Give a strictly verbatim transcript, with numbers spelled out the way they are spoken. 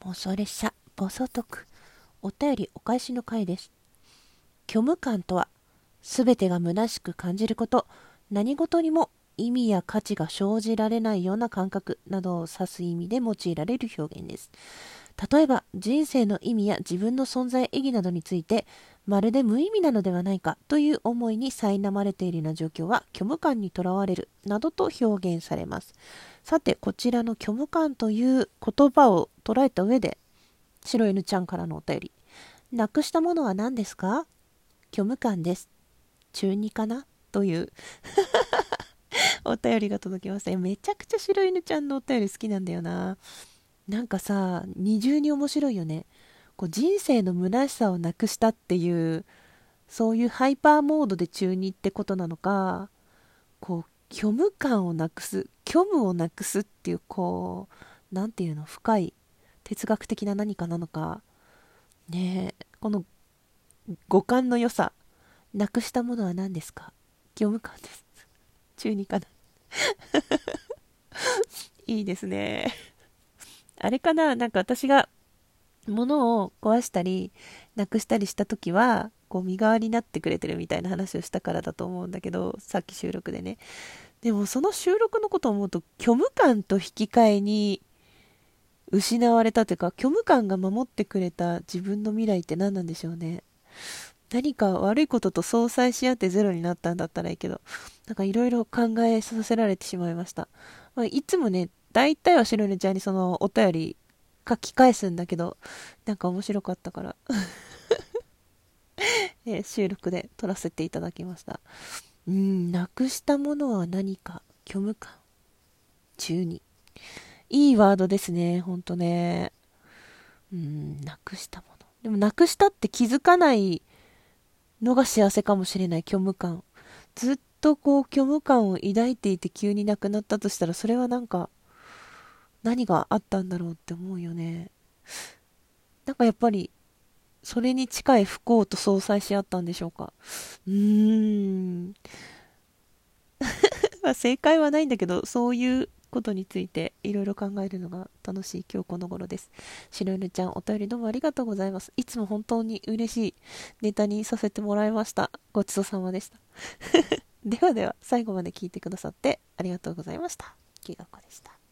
妄想列車暴走特お便りお返しの回です。虚無感とは、すべてが虚しく感じること、何事にも意味や価値が生じられないような感覚などを指す意味で用いられる表現です。例えば、人生の意味や自分の存在意義などについて、まるで無意味なのではないかという思いに苛まれているような状況は虚無感にとらわれるなどと表現されます。さて、こちらの虚無感という言葉を捉えた上で、白犬ちゃんからのお便り。なくしたものは何ですか？虚無感です。中にかなというお便りが届きました。めちゃくちゃ白犬ちゃんのお便り好きなんだよな。なんかさ、二重に面白いよね。こう人生の虚しさをなくしたっていう、そういうハイパーモードで中にってことなのか、こう虚無感をなくす、虚無をなくすっていう、こうなんていうの、深い哲学的な何かなのかね。えこの五感の良さ。なくしたものは何ですか？虚無感です。中にかな。いいですね。あれかな、なんか私が物を壊したりなくしたりした時はこう身代わりになってくれてるみたいな話をしたからだと思うんだけど、さっき収録でね。でもその収録のことを思うと、虚無感と引き換えに失われたというか、虚無感が守ってくれた自分の未来って何なんでしょうね。何か悪いことと相殺し合ってゼロになったんだったらいいけど、なんかいろいろ考えさせられてしまいました。まあ、いつもね、大体は白根ちゃんにそのお便り書き返すんだけど、なんか面白かったから、えー収録で撮らせていただきました。うん、なくしたものは何か、虚無感。中に。いいワードですね、ほんとね。うん、なくしたもの。でもなくしたって気づかないのが幸せかもしれない。虚無感。ずっとこう虚無感を抱いていて急になくなったとしたら、それはなんか何があったんだろうって思うよね。なんかやっぱりそれに近い不幸と相殺し合ったんでしょうか。うーん。まあ正解はないんだけど、そういうことについていろいろ考えるのが楽しい今日この頃です。白犬ちゃん、お便りどうもありがとうございます。いつも本当に嬉しいネタにさせてもらいました。ごちそうさまでした。ではでは、最後まで聞いてくださってありがとうございました。きがこでした。